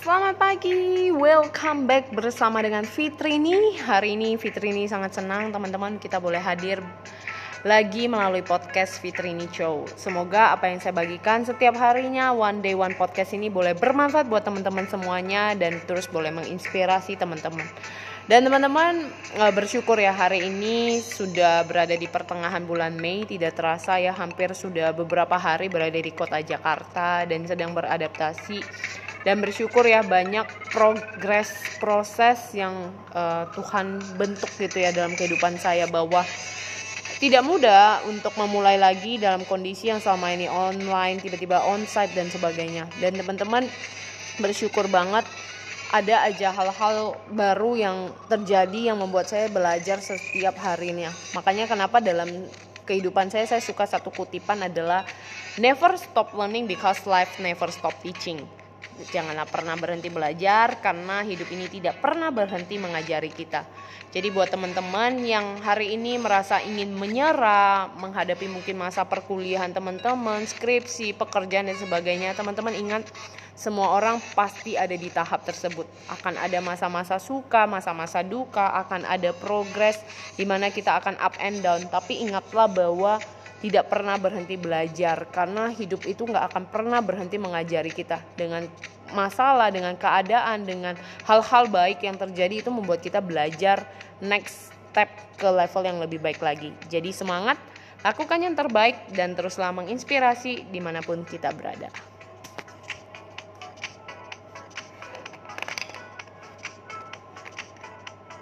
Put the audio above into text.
Selamat pagi, welcome back bersama dengan Fitrini. Hari ini Fitrini sangat senang teman-teman kita boleh hadir lagi melalui podcast Fitrini Show. Semoga apa yang saya bagikan setiap harinya One Day One Podcast ini boleh bermanfaat buat teman-teman semuanya dan terus boleh menginspirasi teman-teman. Dan teman-teman bersyukur ya hari ini sudah berada di pertengahan bulan Mei. Tidak terasa ya hampir sudah beberapa hari berada di kota Jakarta dan sedang beradaptasi. Dan bersyukur ya banyak proses yang Tuhan bentuk gitu ya dalam kehidupan saya, bahwa tidak mudah untuk memulai lagi dalam kondisi yang selama ini online, tiba-tiba onsite dan sebagainya. Dan teman-teman bersyukur banget ada aja hal-hal baru yang terjadi yang membuat saya belajar setiap harinya. Makanya kenapa dalam kehidupan saya suka satu kutipan adalah never stop learning because life never stop teaching. Janganlah pernah berhenti belajar karena hidup ini tidak pernah berhenti mengajari kita. Jadi buat teman-teman yang hari ini merasa ingin menyerah, menghadapi mungkin masa perkuliahan teman-teman, skripsi, pekerjaan dan sebagainya, teman-teman ingat semua orang pasti ada di tahap tersebut. Akan ada masa-masa suka, masa-masa duka, akan ada progres di mana kita akan up and down. Tapi ingatlah bahwa tidak pernah berhenti belajar, karena hidup itu gak akan pernah berhenti mengajari kita. Dengan masalah, dengan keadaan, dengan hal-hal baik yang terjadi, itu membuat kita belajar next step ke level yang lebih baik lagi. Jadi semangat, lakukan yang terbaik dan teruslah menginspirasi dimanapun kita berada.